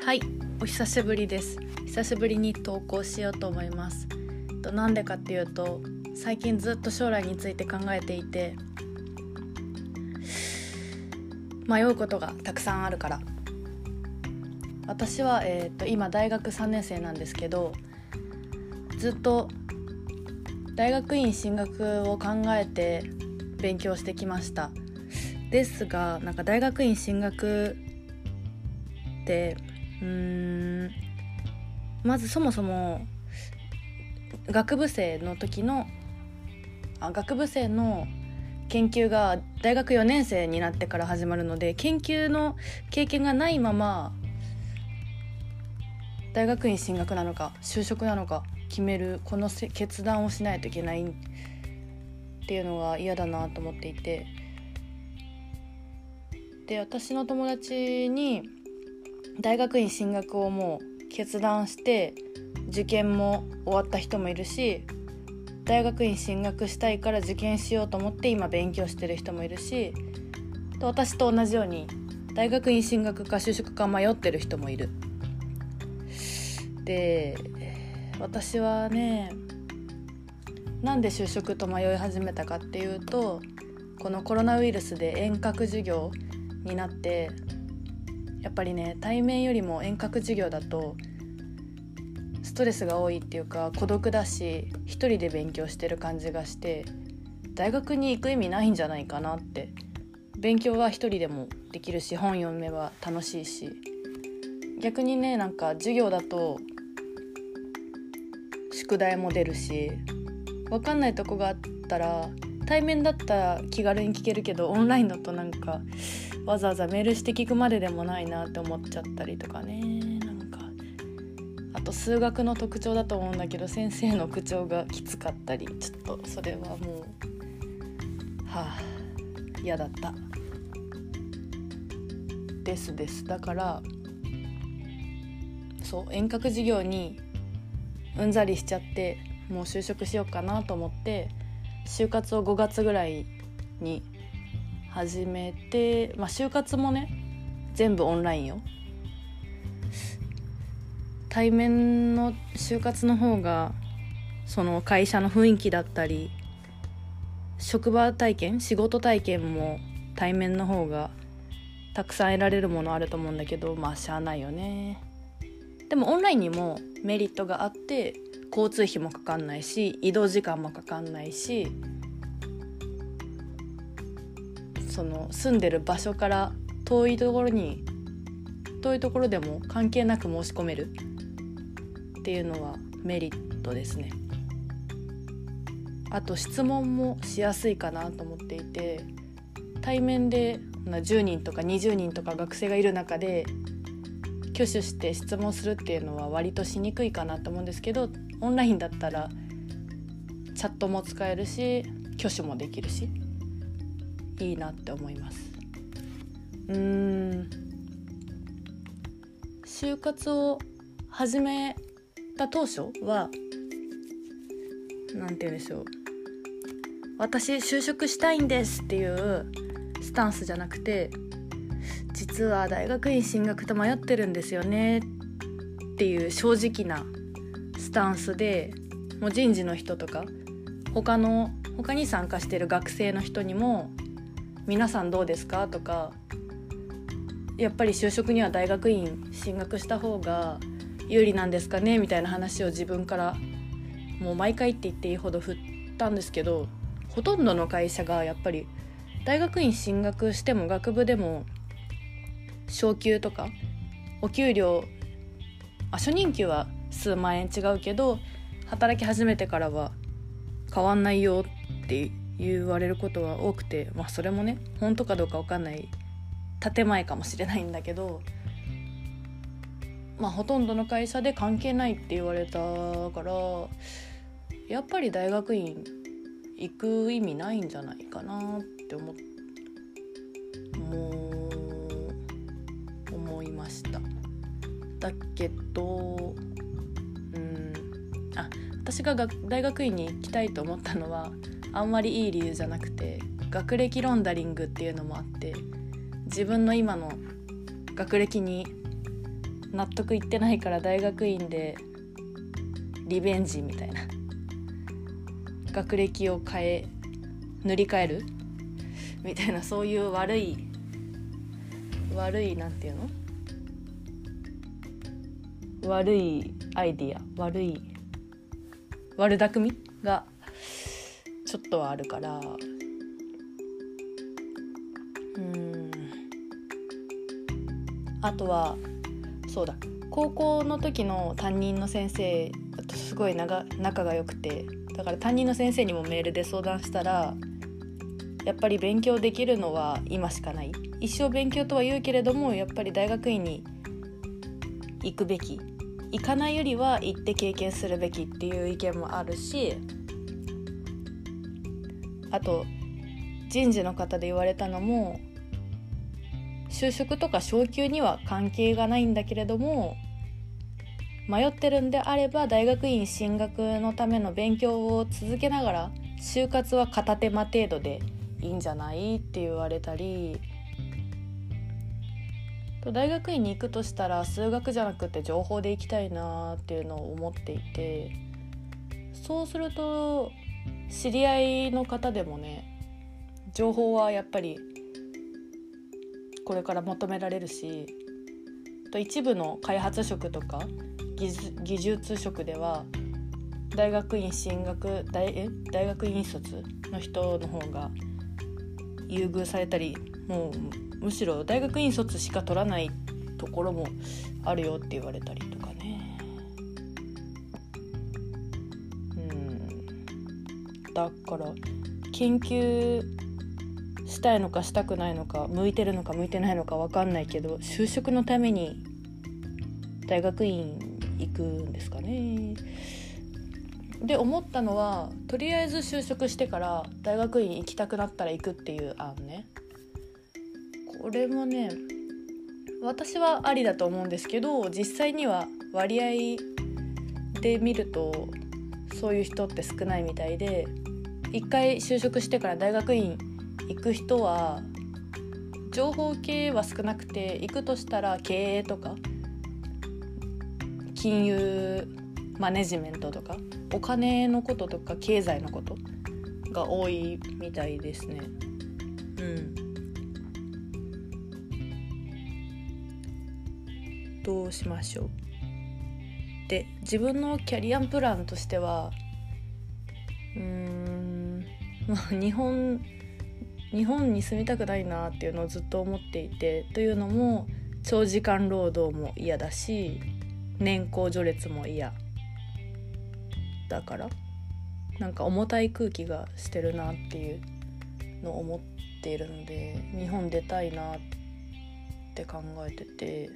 はい、お久しぶりです。久しぶりに投稿しようと思います。なんでかっていうと、最近ずっと将来について考えていて迷うことがたくさんあるから。私は、今大学3年生なんですけど、ずっと大学院進学を考えて勉強してきました。ですが、大学院進学ってまずそもそも学部生の研究が大学4年生になってから始まるので、研究の経験がないまま大学院進学なのか就職なのか決めるこの決断をしないといけないっていうのが嫌だなと思っていて、で、私の友達に大学院進学をもう決断して受験も終わった人もいるし、大学院進学したいから受験しようと思って今勉強してる人もいるし、私と同じように大学院進学か就職か迷ってる人もいる。で、私はね、なんで就職と迷い始めたかっていうと、このコロナウイルスで遠隔授業になって、やっぱりね、対面よりも遠隔授業だとストレスが多いっていうか、孤独だし一人で勉強してる感じがして、大学に行く意味ないんじゃないかなって。勉強は一人でもできるし、本読めば楽しいし、逆にね、授業だと宿題も出るし、分かんないとこがあったら対面だったら気軽に聞けるけど、オンラインだとわざわざメールして聞くまででもないなって思っちゃったりとかね。あと数学の特徴だと思うんだけど、先生の口調がきつかったり、ちょっとそれはもう嫌だったです。だから遠隔授業にうんざりしちゃって、もう就職しようかなと思って就活を5月ぐらいに始めて、就活もね全部オンラインよ。対面の就活の方がその会社の雰囲気だったり職場体験、仕事体験も対面の方がたくさん得られるものあると思うんだけど、しゃあないよね。でもオンラインにもメリットがあって、交通費もかかんないし、移動時間もかかんないし、その住んでる場所から遠いところでも関係なく申し込めるっていうのはメリットですね。あと質問もしやすいかなと思っていて、対面で10人とか20人とか学生がいる中で挙手して質問するっていうのは割としにくいかなと思うんですけど、オンラインだったらチャットも使えるし挙手もできるし、いいなって思います。就活を始めた当初はなんて言うんでしょう、私就職したいんですっていうスタンスじゃなくて、実は大学院進学と迷ってるんですよねっていう正直なスタンスで、もう人事の人とか他に参加してる学生の人にも、皆さんどうですかとか、やっぱり就職には大学院進学した方が有利なんですかねみたいな話を自分からもう毎回って言っていいほど振ったんですけど、ほとんどの会社がやっぱり大学院進学しても学部でも昇給とかお給料、初任給は数万円違うけど働き始めてからは変わんないよって言われることが多くて、それもね本当かどうか分かんない建前かもしれないんだけど、ほとんどの会社で関係ないって言われたから、やっぱり大学院行く意味ないんじゃないかなって思いました。だけど私が大学院に行きたいと思ったのはあんまりいい理由じゃなくて、学歴ロンダリングっていうのもあって、自分の今の学歴に納得いってないから大学院でリベンジみたいな、学歴を塗り替えるみたいな、そういう悪いなんていうの、悪いアイディア、悪巧みがちょっとはあるから、あとはそうだ、高校の時の担任の先生とすごい仲が良くて、だから担任の先生にもメールで相談したら、やっぱり勉強できるのは今しかない、一生勉強とは言うけれどもやっぱり大学院に行くべき、行かないよりは行って経験するべきっていう意見もあるし、あと人事の方で言われたのも、就職とか昇給には関係がないんだけれども、迷ってるんであれば大学院進学のための勉強を続けながら就活は片手間程度でいいんじゃないって言われたり、大学院に行くとしたら数学じゃなくて情報で行きたいなっていうのを思っていて、そうすると知り合いの方でもね、情報はやっぱりこれから求められるし、一部の開発職とか技術職では大学院進学大学院卒の人の方が優遇されたり、もうむしろ大学院卒しか取らないところもあるよって言われたりとかね。だから研究したいのかしたくないのか、向いてるのか向いてないのか分かんないけど、就職のために大学院行くんですかね。で思ったのは、とりあえず就職してから大学院行きたくなったら行くっていう案ね。これもね、私はありだと思うんですけど、実際には割合で見るとそういう人って少ないみたいで、一回就職してから大学院行く人は情報系は少なくて、行くとしたら経営とか金融マネジメントとかお金のこととか経済のことが多いみたいですね。どうしましょう。で、自分のキャリアプランとしては日本に住みたくないなっていうのをずっと思っていて、というのも長時間労働も嫌だし、年功序列も嫌だから、なんか重たい空気がしてるなっていうのを思っているので、日本出たいなって考えてて、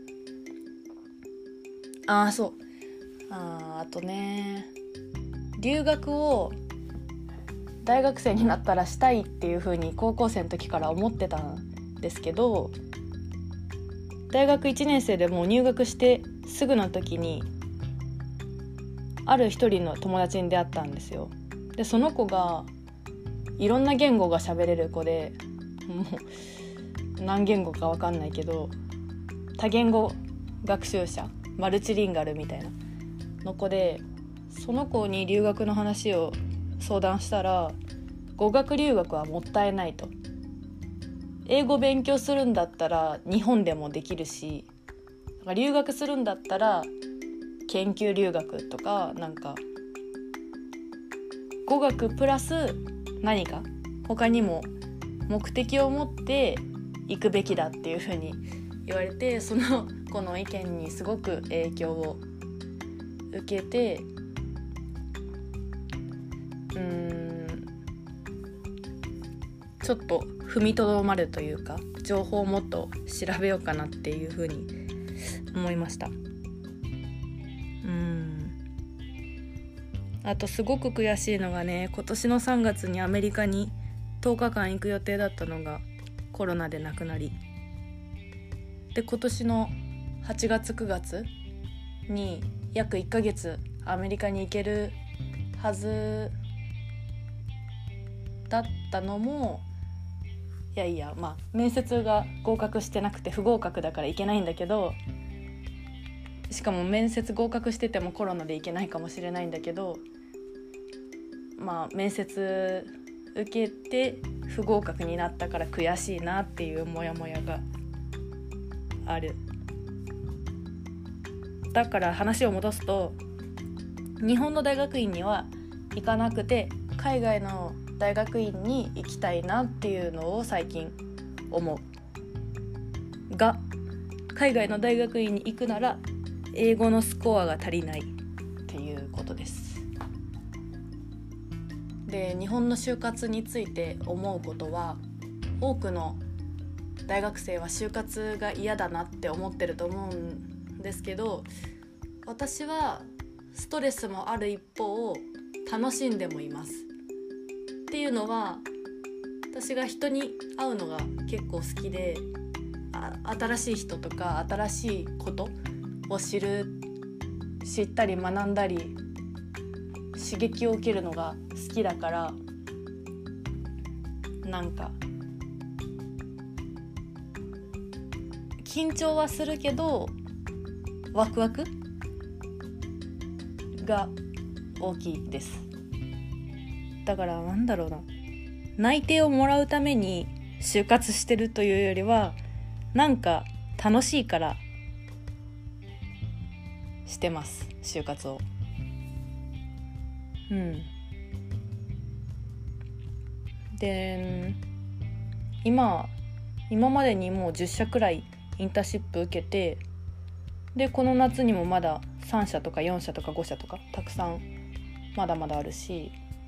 あとね、留学を大学生になったらしたいっていう風に高校生の時から思ってたんですけど、大学1年生でもう入学してすぐの時にある一人の友達に出会ったんですよ。でその子がいろんな言語が喋れる子で、もう何言語か分かんないけど多言語学習者、マルチリンガルみたいなの子で、その子に留学の話を相談したら、語学留学はもったいないと、英語勉強するんだったら日本でもできるし、留学するんだったら研究留学とか、なんか語学プラス何か他にも目的を持って行くべきだっていう風に言われて、その子の意見にすごく影響を受けて、ちょっと踏みとどまるというか、情報をもっと調べようかなっていう風に思いました。あとすごく悔しいのがね、今年の3月にアメリカに10日間行く予定だったのがコロナでなくなり、で今年の8月9月に約1ヶ月アメリカに行けるはずだったのも、面接が合格してなくて不合格だから行けないんだけど、 しかも面接合格しててもコロナで行けないかもしれないんだけど、面接受けて不合格になったから悔しいなっていうモヤモヤがある。だから話を戻すと、日本の大学院には行かなくて海外の大学院に行きたいなっていうのを最近思うが、海外の大学院に行くなら英語のスコアが足りないっていうことです。で、日本の就活について思うことは、多くの大学生は就活が嫌だなって思ってると思うんですけど、私はストレスもある一方楽しんでもいます。っていうのは、私が人に会うのが結構好きで、新しい人とか新しいことを知ったり学んだり刺激を受けるのが好きだから、なんか緊張はするけどワクワクが大きいです。だから内定をもらうために就活してるというよりは、なんか楽しいからしてます、就活を。で、今までにもう10社くらいインターンシップ受けて、でこの夏にもまだ3社とか4社とか5社とかたくさんまだまだあるし、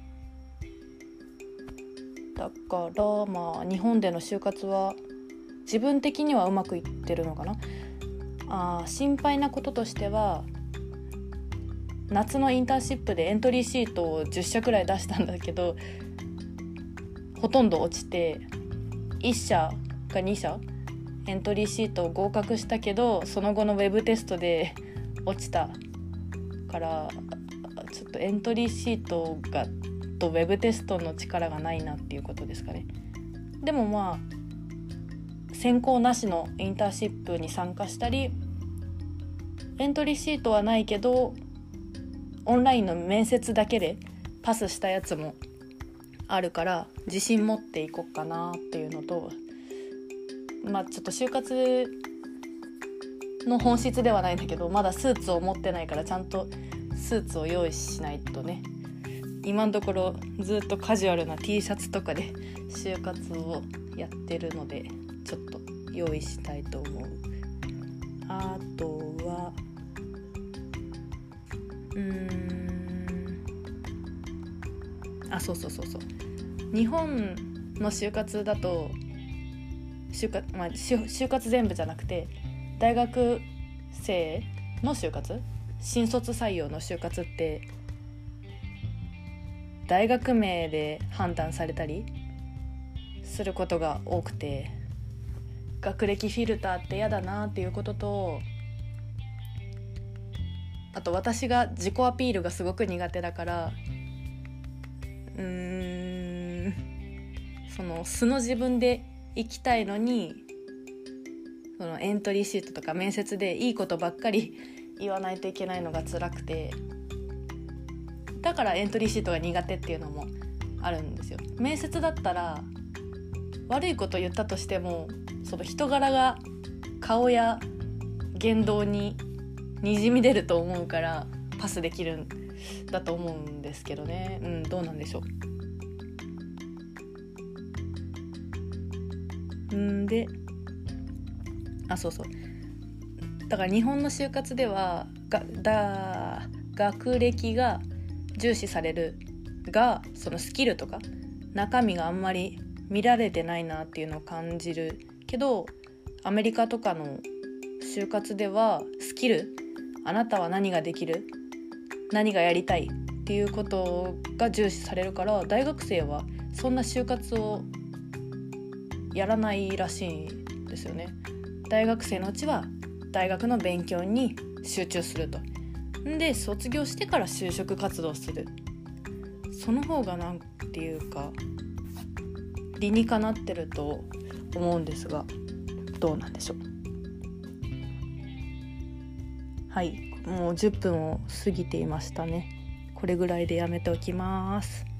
だから日本での就活は自分的にはうまくいってるのかな。心配なこととしては、夏のインターンシップでエントリーシートを10社くらい出したんだけど、ほとんど落ちて、1社か2社エントリーシートを合格したけど、その後のウェブテストで落ちたから、ちょっとエントリーシートとウェブテストの力がないなっていうことですかね。でも選考なしのインターンシップに参加したり、エントリーシートはないけどオンラインの面接だけでパスしたやつもあるから、自信持っていこうかなっていうのと、ちょっと就活の本質ではないんだけど、まだスーツを持ってないから、ちゃんとスーツを用意しないとね。今のところずっとカジュアルな T シャツとかで就活をやってるので、ちょっと用意したいと思う。あとはそう日本の就活だと就活全部じゃなくて、大学生の就活、新卒採用の就活って大学名で判断されたりすることが多くて、学歴フィルターって嫌だなっていうことと、あと私が自己アピールがすごく苦手だから、その素の自分で生きたいのに、そのエントリーシートとか面接でいいことばっかり言わないといけないのが辛くて、だからエントリーシートが苦手っていうのもあるんですよ。面接だったら悪いこと言ったとしても、その人柄が顔や言動ににじみ出ると思うからパスできるんだと思うんですけどね。どうなんでしょう。で、だから日本の就活では学歴が重視されるが、そのスキルとか中身があんまり見られてないなっていうのを感じるけど、アメリカとかの就活ではスキル、あなたは何ができる、何がやりたいっていうことが重視されるから、大学生はそんな就活をやらないらしいんですよね。大学生のうちは大学の勉強に集中すると。で、卒業してから就職活動する。その方がなんていうか理にかなってると思うんですが、どうなんでしょう。 はい、もう10分を過ぎていましたね。これぐらいでやめておきます。